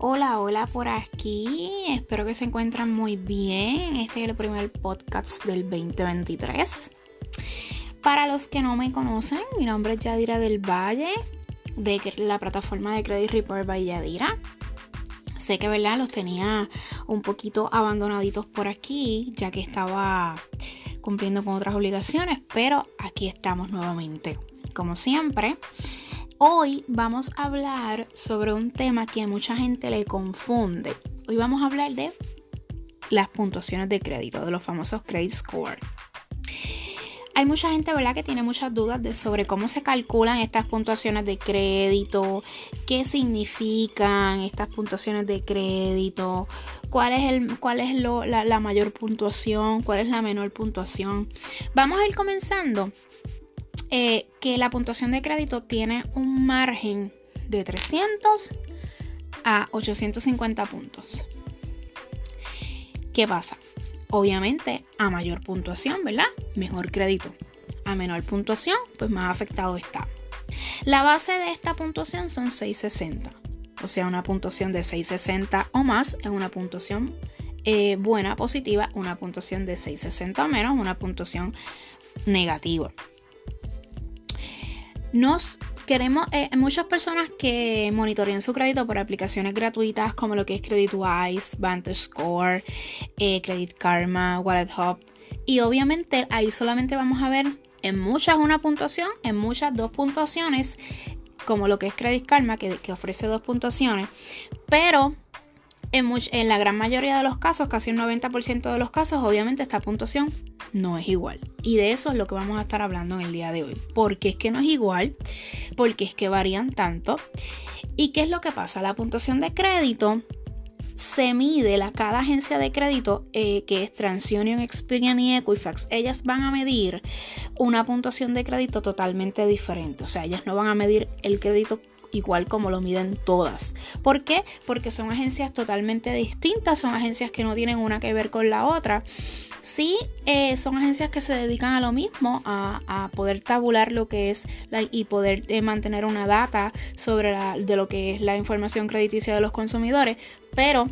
Hola por aquí. Espero que se encuentren muy bien. Este es el primer podcast del 2023. Para los que no me conocen, mi nombre es Yadira del Valle, de la plataforma de Credit Report by Yadira. Sé que, ¿verdad?, los tenía un poquito abandonaditos por aquí, ya que estaba cumpliendo con otras obligaciones, pero aquí estamos nuevamente, como siempre. Hoy vamos a hablar sobre un tema que a mucha gente le confunde. Hoy vamos a hablar de las puntuaciones de crédito, de los famosos credit score. Hay mucha gente, ¿verdad?, que tiene muchas dudas sobre cómo se calculan estas puntuaciones de crédito, qué significan estas puntuaciones de crédito, cuál es la mayor puntuación, cuál es la menor puntuación. Vamos a ir comenzando. Que la puntuación de crédito tiene un margen de 300 a 850 puntos. ¿Qué pasa? Obviamente, a mayor puntuación, ¿verdad?, mejor crédito. A menor puntuación, pues más afectado está. La base de esta puntuación son 660. O sea, una puntuación de 660 o más es una puntuación buena, positiva. Una puntuación de 660 o menos, una puntuación negativa. Muchas personas que monitorean su crédito por aplicaciones gratuitas como lo que es CreditWise, VantageScore, Credit Karma, Wallet Hub, y obviamente ahí solamente vamos a ver en muchas una puntuación, en muchas dos puntuaciones, como lo que es Credit Karma que ofrece 2 puntuaciones, pero en la gran mayoría de los casos, casi el 90% de los casos, obviamente esta puntuación no es igual. Y de eso es lo que vamos a estar hablando en el día de hoy. ¿Por qué es que no es igual? ¿Por qué es que varían tanto? ¿Y qué es lo que pasa? La puntuación de crédito se mide, cada agencia de crédito, que es TransUnion, Experian y Equifax, ellas van a medir una puntuación de crédito totalmente diferente. O sea, ellas no van a medir el crédito igual como lo miden todas. ¿Por qué? Porque son agencias totalmente distintas, son agencias que no tienen una que ver con la otra. Sí, son agencias que se dedican a lo mismo, a poder tabular lo que es y poder mantener una data sobre de lo que es la información crediticia de los consumidores, pero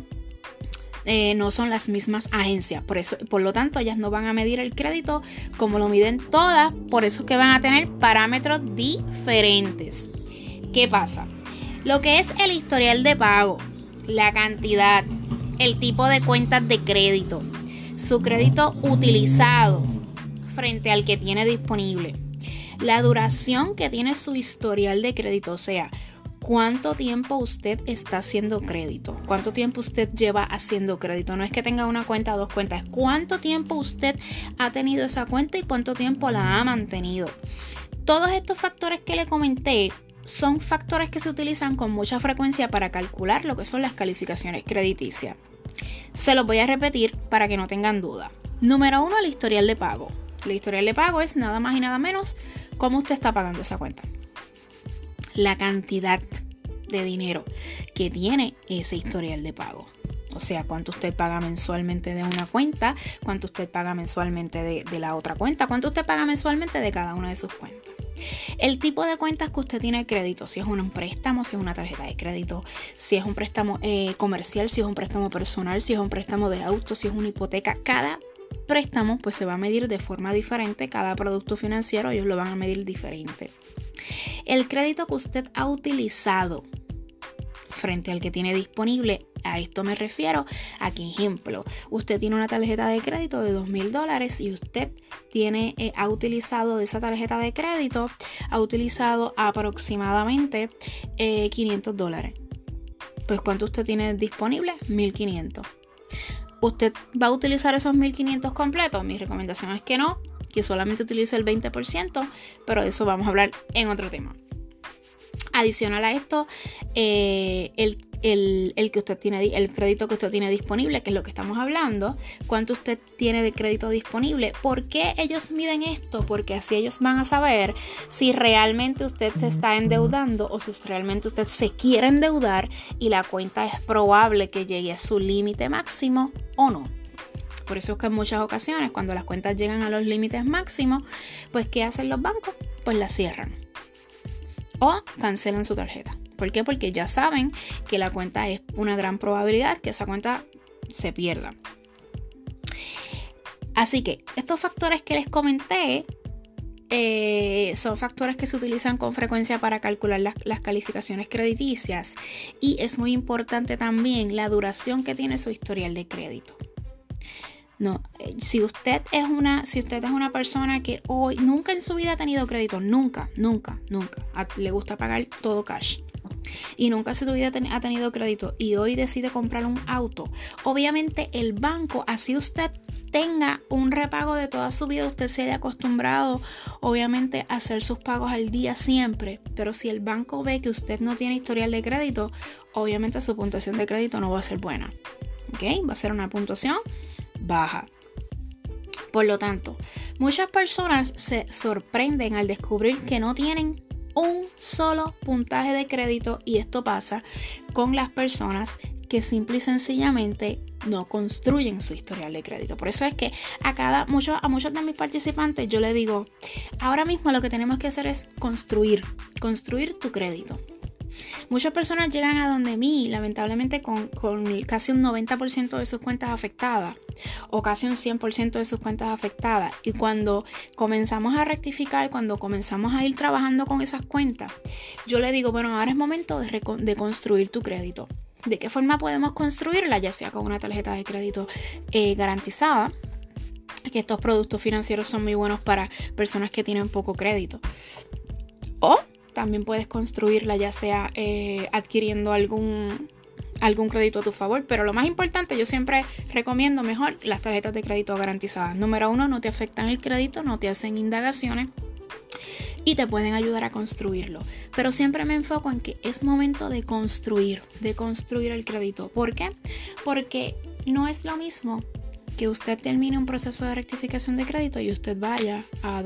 no son las mismas agencias. Por lo tanto, ellas no van a medir el crédito como lo miden todas, por eso es que van a tener parámetros diferentes. ¿Qué pasa? Lo que es el historial de pago, la cantidad, el tipo de cuentas de crédito, su crédito utilizado frente al que tiene disponible, la duración que tiene su historial de crédito, o sea, cuánto tiempo usted está haciendo crédito, cuánto tiempo usted lleva haciendo crédito. No es que tenga una cuenta o dos cuentas, cuánto tiempo usted ha tenido esa cuenta y cuánto tiempo la ha mantenido. Todos estos factores que le comenté son factores que se utilizan con mucha frecuencia para calcular lo que son las calificaciones crediticias. Se los voy a repetir para que no tengan duda. Número 1, el historial de pago. El historial de pago es nada más y nada menos cómo usted está pagando esa cuenta. La cantidad de dinero que tiene ese historial de pago. O sea, cuánto usted paga mensualmente de una cuenta, cuánto usted paga mensualmente de la otra cuenta, cuánto usted paga mensualmente de cada una de sus cuentas. El tipo de cuentas que usted tiene crédito, si es un préstamo, si es una tarjeta de crédito, si es un préstamo comercial, si es un préstamo personal, si es un préstamo de auto, si es una hipoteca. Cada préstamo pues se va a medir de forma diferente, cada producto financiero ellos lo van a medir diferente. El crédito que usted ha utilizado frente al que tiene disponible, a esto me refiero a que, ejemplo, usted tiene una tarjeta de crédito de $2,000 y usted ha utilizado de esa tarjeta de crédito, ha utilizado aproximadamente $500. Pues ¿cuánto usted tiene disponible? $1,500. ¿Usted va a utilizar esos $1,500 completos? Mi recomendación es que no, que solamente utilice el 20%, pero de eso vamos a hablar en otro tema. Adicional a esto, el que usted tiene, el crédito que usted tiene disponible, que es lo que estamos hablando, cuánto usted tiene de crédito disponible. ¿Por qué ellos miden esto? Porque así ellos van a saber si realmente usted se está endeudando o si realmente usted se quiere endeudar y la cuenta es probable que llegue a su límite máximo o no. Por eso es que en muchas ocasiones, cuando las cuentas llegan a los límites máximos, pues ¿qué hacen los bancos? Pues la cierran o cancelan su tarjeta. ¿Por qué? Porque ya saben que la cuenta es una gran probabilidad que esa cuenta se pierda. Así que estos factores que les comenté son factores que se utilizan con frecuencia para calcular las calificaciones crediticias, y es muy importante también la duración que tiene su historial de crédito. No, si usted es una persona que hoy nunca en su vida ha tenido crédito, nunca, le gusta pagar todo cash, y nunca en su vida ha tenido crédito y hoy decide comprar un auto, obviamente el banco, así usted tenga un repago de toda su vida, usted se haya acostumbrado obviamente a hacer sus pagos al día siempre, pero si el banco ve que usted no tiene historial de crédito, obviamente su puntuación de crédito no va a ser buena, ¿ok? Va a ser una puntuación baja. Por lo tanto, muchas personas se sorprenden al descubrir que no tienen un solo puntaje de crédito, y esto pasa con las personas que simple y sencillamente no construyen su historial de crédito. Por eso es que a muchos de mis participantes yo les digo, ahora mismo lo que tenemos que hacer es construir tu crédito. Muchas personas llegan a donde mí, lamentablemente, con casi un 90% de sus cuentas afectadas o casi un 100% de sus cuentas afectadas. Y cuando comenzamos a rectificar, cuando comenzamos a ir trabajando con esas cuentas, yo le digo, bueno, ahora es momento de construir tu crédito. ¿De qué forma podemos construirla? Ya sea con una tarjeta de crédito garantizada, que estos productos financieros son muy buenos para personas que tienen poco crédito. O también puedes construirla ya sea adquiriendo algún crédito a tu favor, pero lo más importante, yo siempre recomiendo mejor las tarjetas de crédito garantizadas. Número 1, no te afectan el crédito, no te hacen indagaciones y te pueden ayudar a construirlo. Pero siempre me enfoco en que es momento de construir el crédito. ¿Por qué? Porque no es lo mismo que usted termine un proceso de rectificación de crédito y usted vaya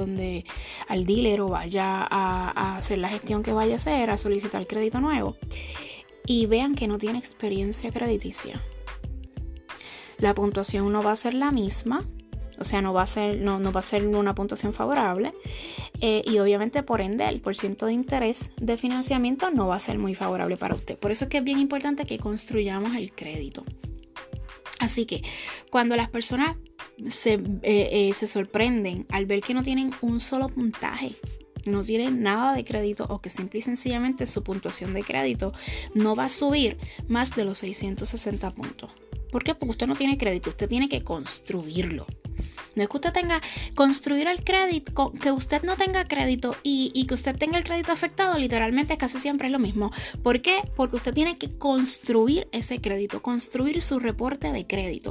al dealer o vaya a hacer la gestión que vaya a hacer, a solicitar crédito nuevo, y vean que no tiene experiencia crediticia. La puntuación no va a ser la misma, o sea, no va a ser una puntuación favorable, y obviamente por ende el porcentaje de interés de financiamiento no va a ser muy favorable para usted. Por eso es que es bien importante que construyamos el crédito. Así que cuando las personas se sorprenden al ver que no tienen un solo puntaje, no tienen nada de crédito, o que simple y sencillamente su puntuación de crédito no va a subir más de los 660 puntos. ¿Por qué? Porque usted no tiene crédito, usted tiene que construirlo. No es que usted tenga construir el crédito, que usted no tenga crédito y que usted tenga el crédito afectado, literalmente casi siempre es lo mismo. ¿Por qué? Porque usted tiene que construir ese crédito, construir su reporte de crédito.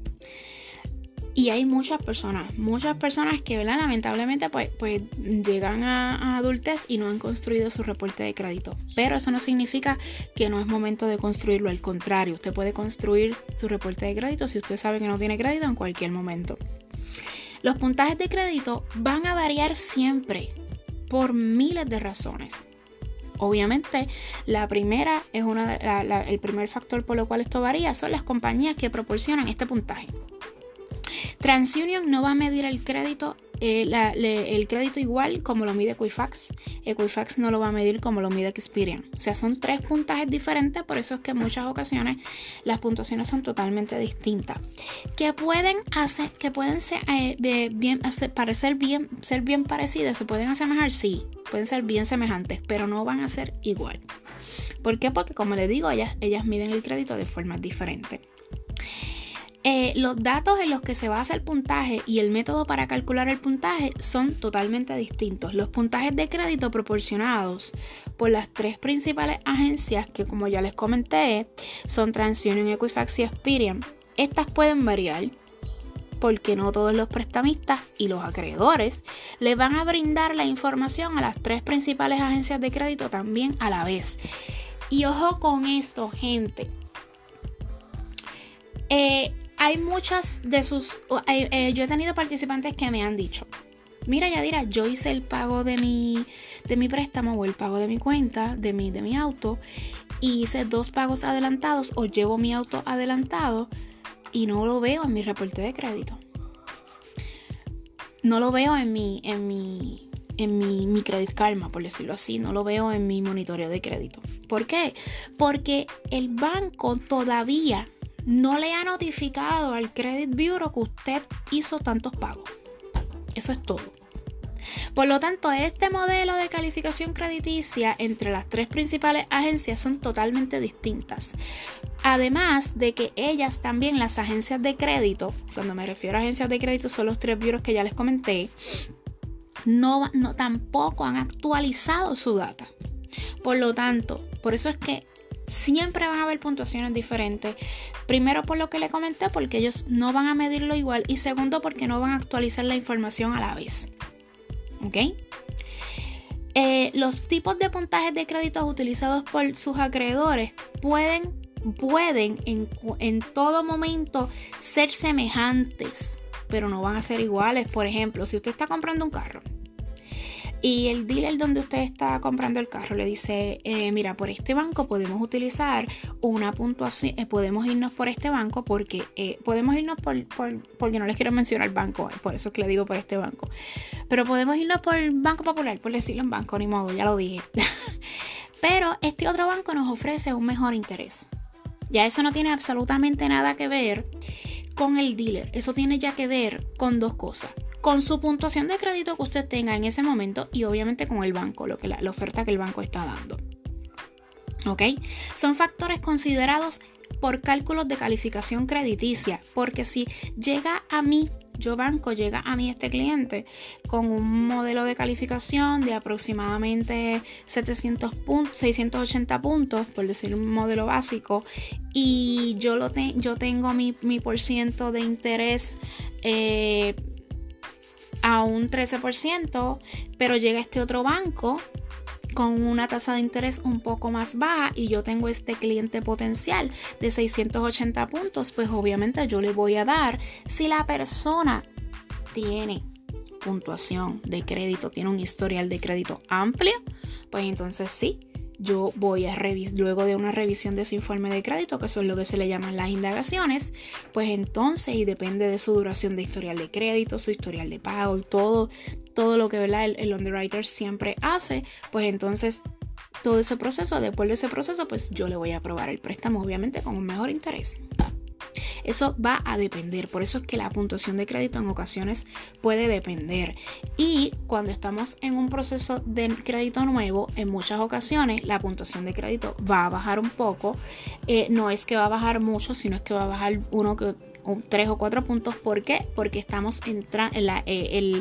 Y hay muchas personas que, ¿verdad? Lamentablemente pues llegan a adultez y no han construido su reporte de crédito. Pero eso no significa que no es momento de construirlo. Al contrario, usted puede construir su reporte de crédito si usted sabe que no tiene crédito en cualquier momento. Los puntajes de crédito van a variar siempre por miles de razones. Obviamente, la primera es el primer factor por lo cual esto varía son las compañías que proporcionan este puntaje. TransUnion no va a medir el crédito igual como lo mide Equifax. Equifax no lo va a medir como lo mide Experian. O sea, son 3 puntajes diferentes, por eso es que en muchas ocasiones las puntuaciones son totalmente distintas. Que pueden ser bien parecidas, se pueden asemejar, sí, pueden ser bien semejantes, pero no van a ser igual. ¿Por qué? Porque, como les digo, ellas miden el crédito de formas diferentes. Los datos en los que se basa el puntaje y el método para calcular el puntaje son totalmente distintos. Los puntajes de crédito proporcionados por las 3 principales agencias que, como ya les comenté, son TransUnion, Equifax y Experian. Estas pueden variar porque no todos los prestamistas y los acreedores le van a brindar la información a las 3 principales agencias de crédito también a la vez. Y ojo con esto, gente. Hay muchas de yo he tenido participantes que me han dicho, mira Yadira, yo hice el pago de mi préstamo o el pago de mi cuenta, de mi auto, y hice 2 pagos adelantados o llevo mi auto adelantado y no lo veo en mi reporte de crédito. No lo veo en mi mi Credit Karma, por decirlo así, no lo veo en mi monitoreo de crédito. ¿Por qué? Porque el banco todavía no le ha notificado al Credit Bureau que usted hizo tantos pagos. Eso es todo. Por lo tanto, este modelo de calificación crediticia entre las tres principales agencias son totalmente distintas. Además de que ellas también, las agencias de crédito, cuando me refiero a agencias de crédito son los tres bureaus que ya les comenté, tampoco han actualizado su data. Por lo tanto, por eso es que siempre van a haber puntuaciones diferentes. Primero, por lo que le comenté, porque ellos no van a medirlo igual. Y segundo, porque no van a actualizar la información a la vez. ¿Ok? Los tipos de puntajes de créditos utilizados por sus acreedores pueden en todo momento ser semejantes, pero no van a ser iguales. Por ejemplo, si usted está comprando un carro y el dealer donde usted está comprando el carro le dice, mira, por este banco podemos utilizar una puntuación, podemos irnos por este banco porque podemos irnos porque no les quiero mencionar el banco, por eso es que le digo por este banco, pero podemos irnos por el Banco Popular, por decirlo en banco, ni modo, ya lo dije. Pero este otro banco nos ofrece un mejor interés. Ya eso no tiene absolutamente nada que ver con el dealer, eso tiene ya que ver con dos cosas. Con su puntuación de crédito que usted tenga en ese momento y obviamente con el banco, la oferta que el banco está dando. ¿Ok? Son factores considerados por cálculos de calificación crediticia, porque si llega a mí, llega a mí este cliente con un modelo de calificación de aproximadamente 680 puntos, por decir un modelo básico, y yo tengo mi % de interés a un 13%, pero llega este otro banco con una tasa de interés un poco más baja y yo tengo este cliente potencial de 680 puntos, pues obviamente yo le voy a dar, si la persona tiene puntuación de crédito, tiene un historial de crédito amplio, pues entonces sí, yo voy a revisar, luego de una revisión de su informe de crédito, que eso es lo que se le llaman las indagaciones, pues entonces, y depende de su duración de historial de crédito, su historial de pago y todo lo que, ¿verdad?, el underwriter siempre hace, pues entonces todo ese proceso, después de ese proceso, pues yo le voy a aprobar el préstamo, obviamente con un mejor interés. Eso va a depender, por eso es que la puntuación de crédito en ocasiones puede depender. Y cuando estamos en un proceso de crédito nuevo, en muchas ocasiones la puntuación de crédito va a bajar un poco. No es que va a bajar mucho, sino es que va a bajar 3 o 4 puntos. ¿Por qué? Porque estamos entrando en la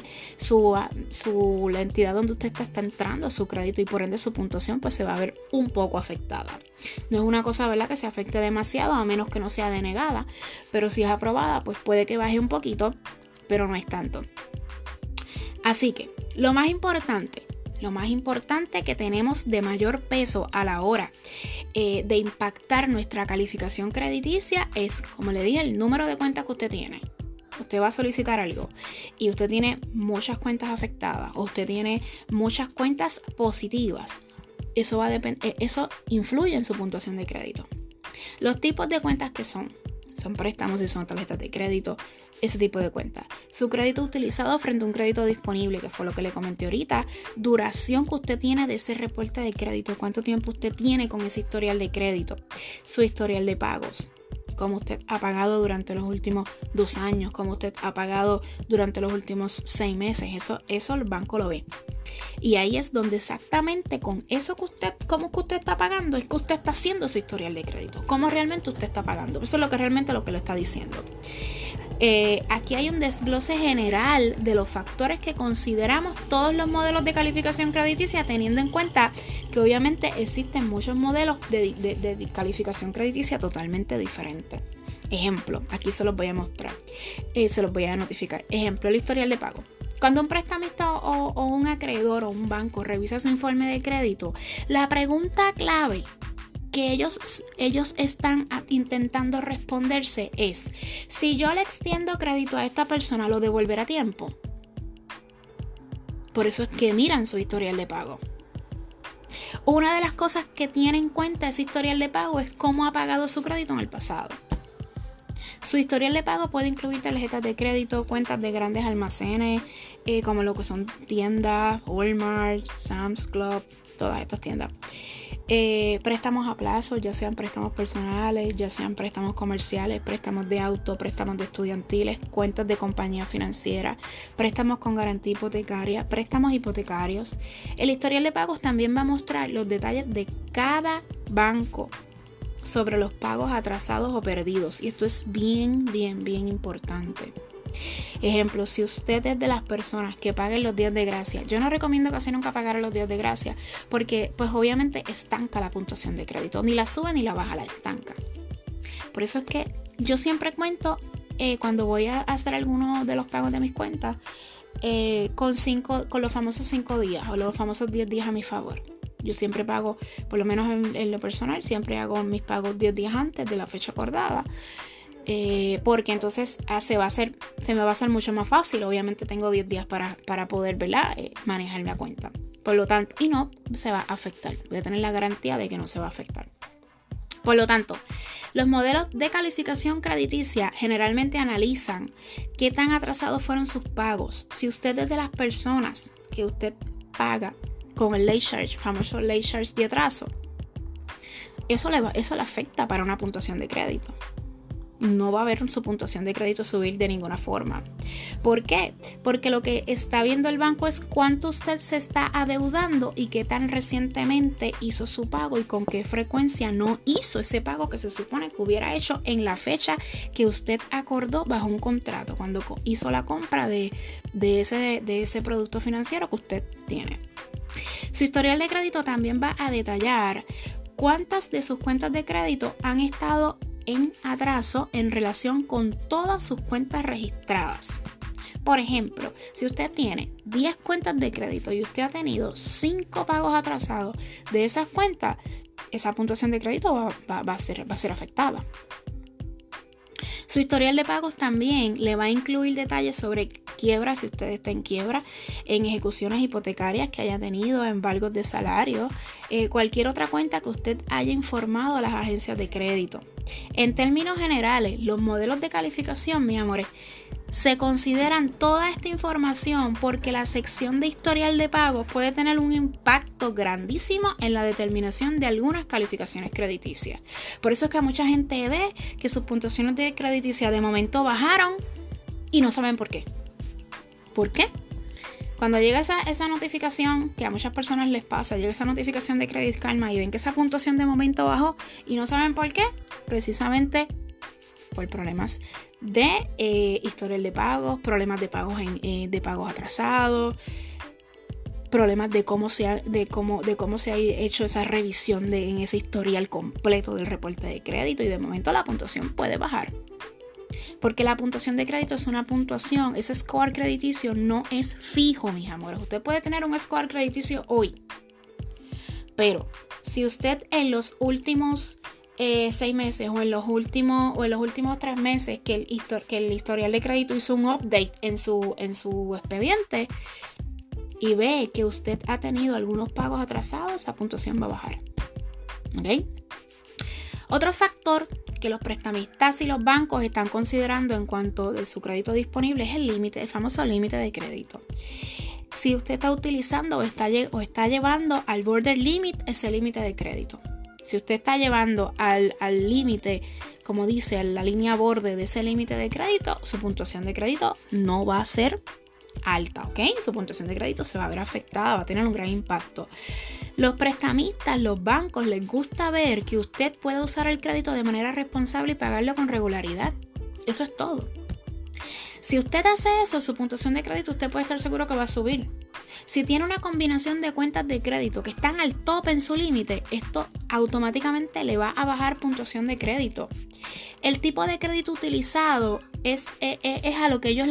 entidad donde usted está entrando su crédito y por ende su puntuación pues se va a ver un poco afectada. No es una cosa, ¿verdad?, que se afecte demasiado, a menos que no sea denegada, pero si es aprobada pues puede que baje un poquito, pero no es tanto. Así que lo más importante que tenemos de mayor peso a la hora de impactar nuestra calificación crediticia es, como le dije, el número de cuentas que usted tiene. Usted va a solicitar algo y usted tiene muchas cuentas afectadas o usted tiene muchas cuentas positivas. Eso influye en su puntuación de crédito. Los tipos de cuentas que son préstamos y son tarjetas de crédito, ese tipo de cuentas. Su crédito utilizado frente a un crédito disponible, que fue lo que le comenté ahorita. Duración que usted tiene de ese reporte de crédito, cuánto tiempo usted tiene con ese historial de crédito. Su historial de pagos, cómo usted ha pagado durante los últimos 2 años, cómo usted ha pagado durante los últimos 6 meses. Eso el banco lo ve. Y ahí es donde exactamente con eso cómo que usted está pagando, es que usted está haciendo su historial de crédito. Cómo realmente usted está pagando. Eso es lo que lo está diciendo. Aquí hay un desglose general de los factores que consideramos todos los modelos de calificación crediticia, teniendo en cuenta que obviamente existen muchos modelos de calificación crediticia totalmente diferentes. Ejemplo, aquí se los voy a mostrar, se los voy a notificar. Ejemplo, el historial de pago. Cuando un prestamista o un acreedor o un banco revisa su informe de crédito, la pregunta clave que ellos están intentando responderse es: si yo le extiendo crédito a esta persona, ¿lo devolverá a tiempo? Por eso es que miran su historial de pago. Una de las cosas que tiene en cuenta ese historial de pago es cómo ha pagado su crédito en el pasado. Su historial de pago puede incluir tarjetas de crédito, cuentas de grandes almacenes, como lo que son tiendas, Walmart, Sam's Club, todas estas tiendas. Préstamos a plazo, ya sean préstamos personales, ya sean préstamos comerciales, préstamos de auto, préstamos de estudiantiles, cuentas de compañía financiera, préstamos con garantía hipotecaria, préstamos hipotecarios. El historial de pagos también va a mostrar los detalles de cada banco sobre los pagos atrasados o perdidos, y esto es bien importante. Ejemplo, si usted es de las personas que paguen los días de gracia, yo no recomiendo casi nunca pagar los días de gracia, porque pues obviamente estanca la puntuación de crédito, ni la sube ni la baja, la estanca. Por eso es que yo siempre cuento, cuando voy a hacer alguno de los pagos de mis cuentas, con los famosos 5 días o los famosos 10 días a mi favor. Yo siempre pago, por lo menos en lo personal, siempre hago mis pagos 10 días antes de la fecha acordada. Porque entonces se me va a hacer mucho más fácil. Obviamente tengo 10 días para poder, ¿verdad? Manejar la cuenta. Por lo tanto, y no se va a afectar. Voy a tener la garantía de que no se va a afectar. Por lo tanto, los modelos de calificación crediticia generalmente analizan qué tan atrasados fueron sus pagos. Si usted es de las personas que usted paga con el late charge, famoso late charge de atraso, eso le afecta para una puntuación de crédito. No va a ver su puntuación de crédito subir de ninguna forma. ¿Por qué? Porque lo que está viendo el banco es cuánto usted se está adeudando y qué tan recientemente hizo su pago y con qué frecuencia no hizo ese pago que se supone que hubiera hecho en la fecha que usted acordó bajo un contrato, cuando hizo la compra de ese producto financiero que usted tiene. Su historial de crédito también va a detallar cuántas de sus cuentas de crédito han estado en atraso en relación con todas sus cuentas registradas. Por ejemplo, si usted tiene 10 cuentas de crédito y usted ha tenido 5 pagos atrasados de esas cuentas, esa puntuación de crédito va a ser afectada. Su historial de pagos también le va a incluir detalles sobre quiebra, si usted está en quiebra, en ejecuciones hipotecarias que haya tenido, embargos de salario, cualquier otra cuenta que usted haya informado a las agencias de crédito. En términos generales, los modelos de calificación, mis amores, se consideran toda esta información porque la sección de historial de pagos puede tener un impacto grandísimo en la determinación de algunas calificaciones crediticias. Por eso es que mucha gente ve que sus puntuaciones de crediticia de momento bajaron y no saben por qué. ¿Por qué? Cuando llega esa notificación, que a muchas personas les pasa, llega esa notificación de Credit Karma y ven que esa puntuación de momento bajó y no saben por qué, precisamente por problemas de historial de pagos, problemas de pagos atrasados, problemas de cómo se ha hecho esa revisión en ese historial completo del reporte de crédito, y de momento la puntuación puede bajar. Porque la puntuación de crédito es una puntuación, ese score crediticio no es fijo, mis amores. Usted puede tener un score crediticio hoy, pero si usted en los últimos 6 meses o en los últimos 3 meses que el historial de crédito hizo un update en su expediente y ve que usted ha tenido algunos pagos atrasados, esa puntuación va a bajar. ¿Ok? Otro factor que los prestamistas y los bancos están considerando en cuanto a su crédito disponible es el famoso límite de crédito. Si usted está utilizando o está llevando al border limit ese límite de crédito. Si usted está llevando al límite, como dice, a la línea borde de ese límite de crédito, su puntuación de crédito no va a ser alta, ¿ok? Su puntuación de crédito se va a ver afectada, va a tener un gran impacto. Los prestamistas, los bancos, les gusta ver que usted puede usar el crédito de manera responsable y pagarlo con regularidad. Eso es todo. Si usted hace eso, su puntuación de crédito, usted puede estar seguro que va a subir. Si tiene una combinación de cuentas de crédito que están al tope en su límite, esto automáticamente le va a bajar puntuación de crédito. El tipo de crédito utilizado es a lo que ellos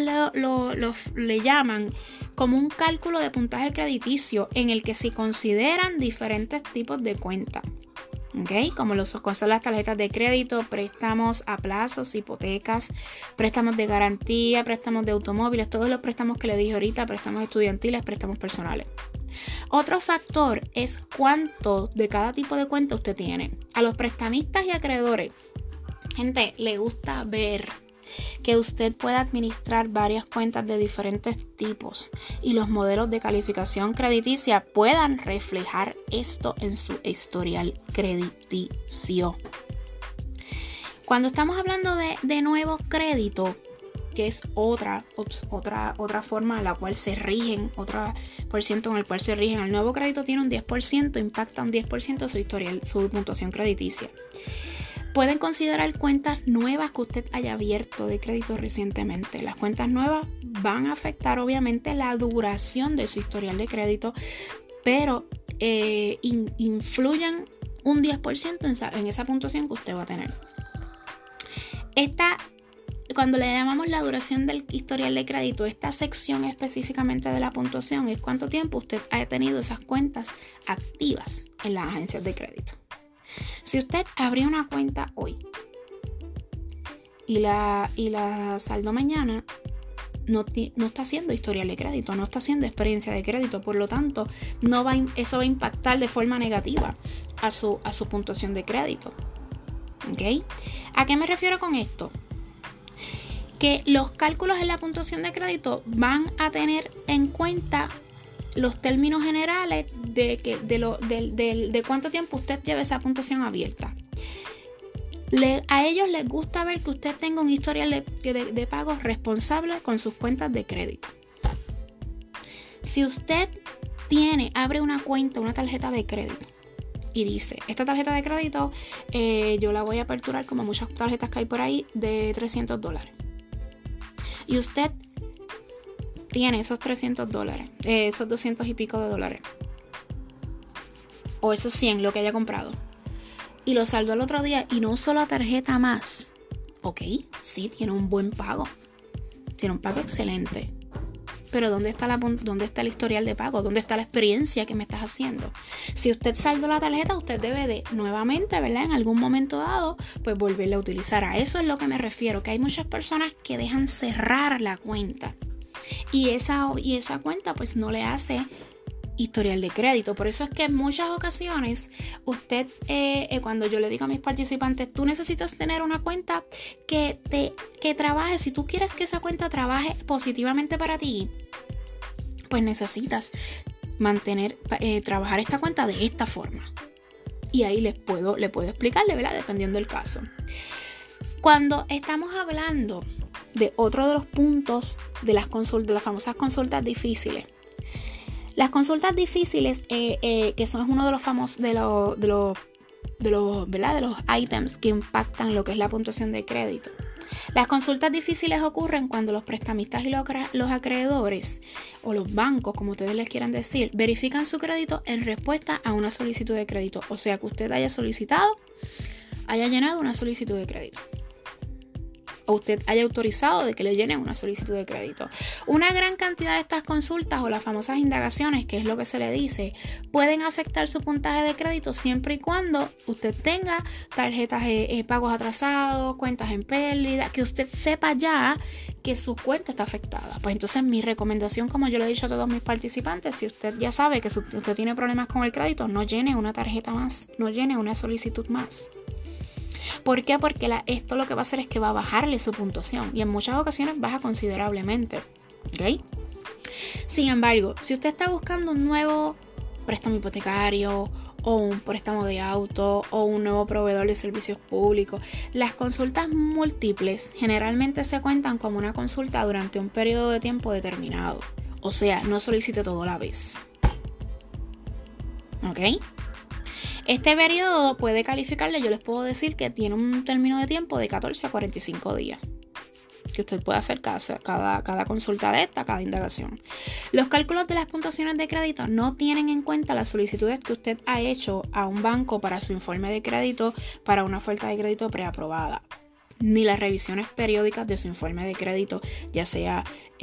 le llaman como un cálculo de puntaje crediticio, en el que se consideran diferentes tipos de cuentas. ¿Okay? Como son las tarjetas de crédito, préstamos a plazos, hipotecas, préstamos de garantía, préstamos de automóviles, todos los préstamos que le dije ahorita, préstamos estudiantiles, préstamos personales. Otro factor es cuánto de cada tipo de cuenta usted tiene. A los prestamistas y acreedores, gente, le gusta ver que usted pueda administrar varias cuentas de diferentes tipos y los modelos de calificación crediticia puedan reflejar esto en su historial crediticio. Cuando estamos hablando de nuevo crédito, que es otra forma en la cual se rigen, otro por ciento en el cual se rigen, el nuevo crédito tiene un 10%, impacta un 10% su historial, su puntuación crediticia. Pueden considerar cuentas nuevas que usted haya abierto de crédito recientemente. Las cuentas nuevas van a afectar obviamente la duración de su historial de crédito, pero influyen un 10% en esa puntuación que usted va a tener. Cuando le llamamos la duración del historial de crédito, esta sección específicamente de la puntuación es cuánto tiempo usted ha tenido esas cuentas activas en las agencias de crédito. Si usted abrió una cuenta hoy y la saldó mañana, no está haciendo historial de crédito, no está haciendo experiencia de crédito, por lo tanto, eso va a impactar de forma negativa a su puntuación de crédito. ¿Okay? ¿A qué me refiero con esto? Que los cálculos en la puntuación de crédito van a tener en cuenta los términos generales de cuánto tiempo usted lleva esa puntuación abierta. A ellos les gusta ver que usted tenga un historial de pagos responsable con sus cuentas de crédito. Si usted abre una cuenta, una tarjeta de crédito, y dice, esta tarjeta de crédito yo la voy a aperturar como muchas tarjetas que hay por ahí de $300. Y usted tiene esos $300, esos 200 y pico de dólares, o esos 100, lo que haya comprado, y lo saldó al otro día y no usó la tarjeta más. Ok, sí, tiene un buen pago. Tiene un pago excelente. Pero ¿dónde está el historial de pago? ¿Dónde está la experiencia que me estás haciendo? Si usted saldó la tarjeta, usted debe de nuevamente, ¿verdad? En algún momento dado, pues volverla a utilizar. A eso es lo que me refiero, que hay muchas personas que dejan cerrar la cuenta. Y esa cuenta pues no le hace historial de crédito. Por eso es que en muchas ocasiones usted, cuando yo le digo a mis participantes, tú necesitas tener una cuenta que trabaje. Si tú quieres que esa cuenta trabaje positivamente para ti, pues necesitas trabajar esta cuenta de esta forma. Y ahí le puedo explicarle, ¿verdad? Dependiendo del caso. Cuando estamos hablando de otro de los puntos de las famosas consultas difíciles. Las consultas difíciles, que son uno de los famosos de los ítems que impactan lo que es la puntuación de crédito. Las consultas difíciles ocurren cuando los prestamistas y los acreedores, o los bancos, como ustedes les quieran decir, verifican su crédito en respuesta a una solicitud de crédito. O sea, que usted haya llenado una solicitud de crédito. O usted haya autorizado de que le llenen una solicitud de crédito. Una gran cantidad de estas consultas o las famosas indagaciones, que es lo que se le dice, pueden afectar su puntaje de crédito siempre y cuando usted tenga tarjetas pagos atrasados, cuentas en pérdida, que usted sepa ya que su cuenta está afectada. Pues entonces mi recomendación, como yo le he dicho a todos mis participantes, si usted ya sabe que usted tiene problemas con el crédito, no llene una tarjeta más, no llene una solicitud más. ¿Por qué? Porque esto lo que va a hacer es que va a bajarle su puntuación y en muchas ocasiones baja considerablemente. ¿Okay? Sin embargo, si usted está buscando un nuevo préstamo hipotecario o un préstamo de auto o un nuevo proveedor de servicios públicos, las consultas múltiples generalmente se cuentan como una consulta durante un periodo de tiempo determinado. O sea, no solicite todo a la vez. ¿Ok? Este periodo puede calificarle, yo les puedo decir que tiene un término de tiempo de 14 a 45 días. Que usted puede hacer cada consulta de cada indagación. Los cálculos de las puntuaciones de crédito no tienen en cuenta las solicitudes que usted ha hecho a un banco para su informe de crédito para una oferta de crédito preaprobada, ni las revisiones periódicas de su informe de crédito, ya sea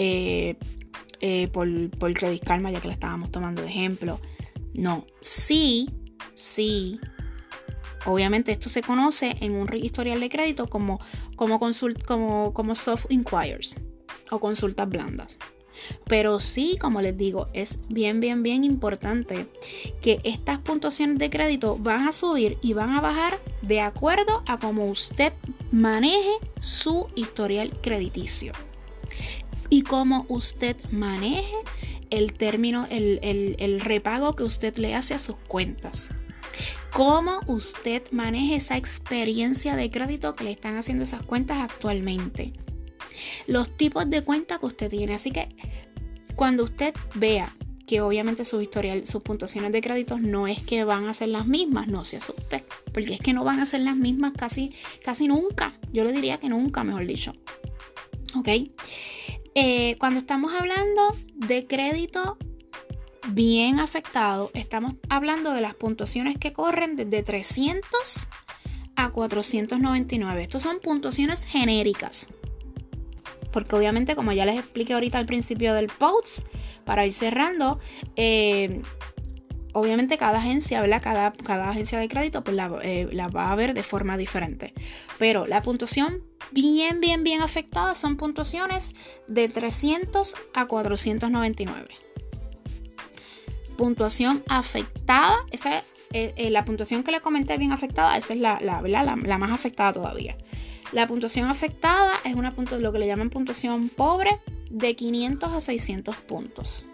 por Credit Karma, ya que la estábamos tomando de ejemplo. No, sí, obviamente esto se conoce en un historial de crédito como soft inquiries o consultas blandas. Pero sí, como les digo, es bien importante que estas puntuaciones de crédito van a subir y van a bajar de acuerdo a cómo usted maneje su historial crediticio y cómo usted maneje el término, el repago que usted le hace a sus cuentas. Cómo usted maneje esa experiencia de crédito que le están haciendo esas cuentas actualmente. Los tipos de cuenta que usted tiene. Así que cuando usted vea que obviamente su historial, sus puntuaciones de créditos no es que van a ser las mismas, no se asuste, porque es que no van a ser las mismas casi nunca. Yo le diría que nunca, mejor dicho. ¿Ok? Cuando estamos hablando de crédito bien afectado, estamos hablando de las puntuaciones que corren desde 300 a 499. Estos son puntuaciones genéricas. Porque obviamente, como ya les expliqué ahorita al principio del post, para ir cerrando, obviamente cada agencia, ¿verdad? Cada agencia de crédito pues la va a ver de forma diferente. Pero la puntuación bien afectada son puntuaciones de 300 a 499. Puntuación afectada, esa la puntuación que le comenté bien afectada, esa es la más afectada todavía. La puntuación afectada es lo que le llaman puntuación pobre, de 500 a 600 puntos.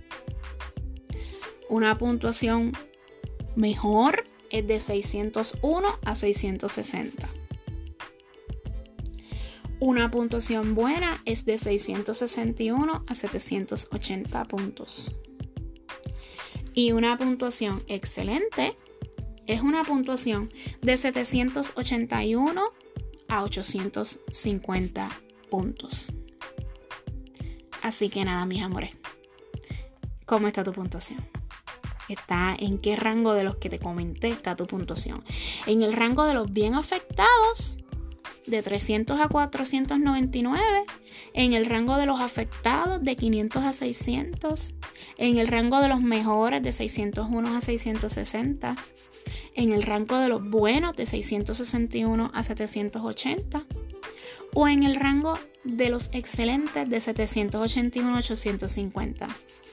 Una puntuación mejor es de 601 a 660. Una puntuación buena es de 661 a 780 puntos. Y una puntuación excelente es una puntuación de 781 a 850 puntos. Así que nada, mis amores, ¿cómo está tu puntuación? ¿Está en qué rango de los que te comenté está tu puntuación? En el rango de los bien afectados, de 300 a 499, en el rango de los afectados, de 500 a 600, en el rango de los mejores, de 601 a 660, en el rango de los buenos, de 661 a 780, o en el rango de los excelentes, de 781 a 850.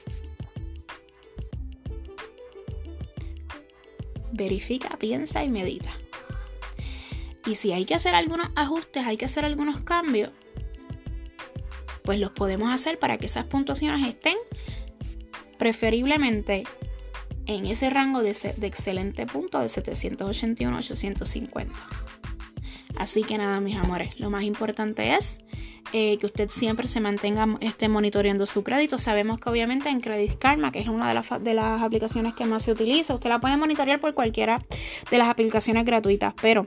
Verifica, piensa y medita. Y si hay que hacer algunos ajustes, hay que hacer algunos cambios, pues los podemos hacer para que esas puntuaciones estén preferiblemente en ese rango de excelente punto de 781 a 850. Así que nada, mis amores, lo más importante es que usted siempre se mantenga monitoreando su crédito. Sabemos que obviamente en Credit Karma, que es una de las aplicaciones que más se utiliza, usted la puede monitorear por cualquiera de las aplicaciones gratuitas, pero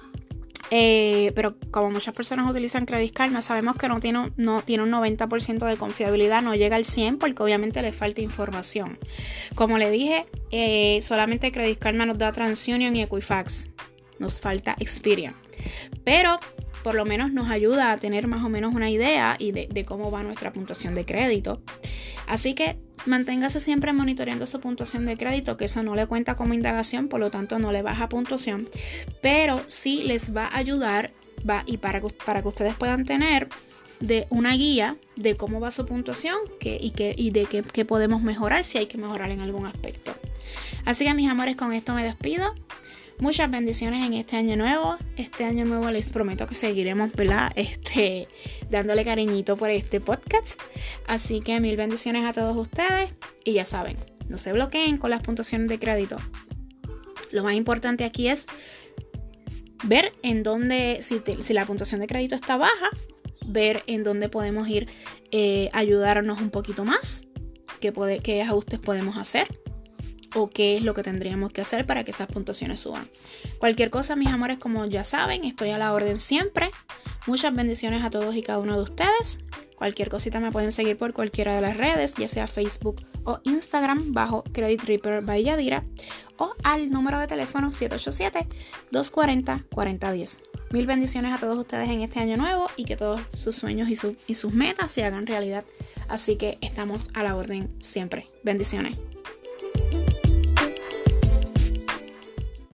como muchas personas utilizan Credit Karma, sabemos que no tiene un 90% de confiabilidad, no llega al 100% porque obviamente le falta información. Como le dije, solamente Credit Karma nos da TransUnion y Equifax, nos falta Experian, pero por lo menos nos ayuda a tener más o menos una idea de cómo va nuestra puntuación de crédito. Así que manténgase siempre monitoreando su puntuación de crédito, que eso no le cuenta como indagación, por lo tanto no le baja puntuación, pero sí les va a ayudar y para que ustedes puedan tener de una guía de cómo va su puntuación y de qué podemos mejorar, si hay que mejorar en algún aspecto. Así que, mis amores, con esto me despido. Muchas bendiciones en este año nuevo. Este año nuevo les prometo que seguiremos, ¿verdad? Dándole cariñito por este podcast. Así que 1000 bendiciones a todos ustedes. Y ya saben, no se bloqueen con las puntuaciones de crédito. Lo más importante aquí es ver en dónde, si la puntuación de crédito está baja, ver en dónde podemos ir, ayudarnos un poquito más, qué ajustes podemos hacer, o qué es lo que tendríamos que hacer para que esas puntuaciones suban. Cualquier cosa, mis amores, como ya saben, estoy a la orden siempre. Muchas bendiciones a todos y cada uno de ustedes. Cualquier cosita me pueden seguir por cualquiera de las redes, ya sea Facebook o Instagram, bajo Credit Reaper by Yadira, o al número de teléfono 787-240-4010. 1000 bendiciones a todos ustedes en este año nuevo y que todos sus sueños y sus metas se hagan realidad. Así que estamos a la orden siempre. Bendiciones.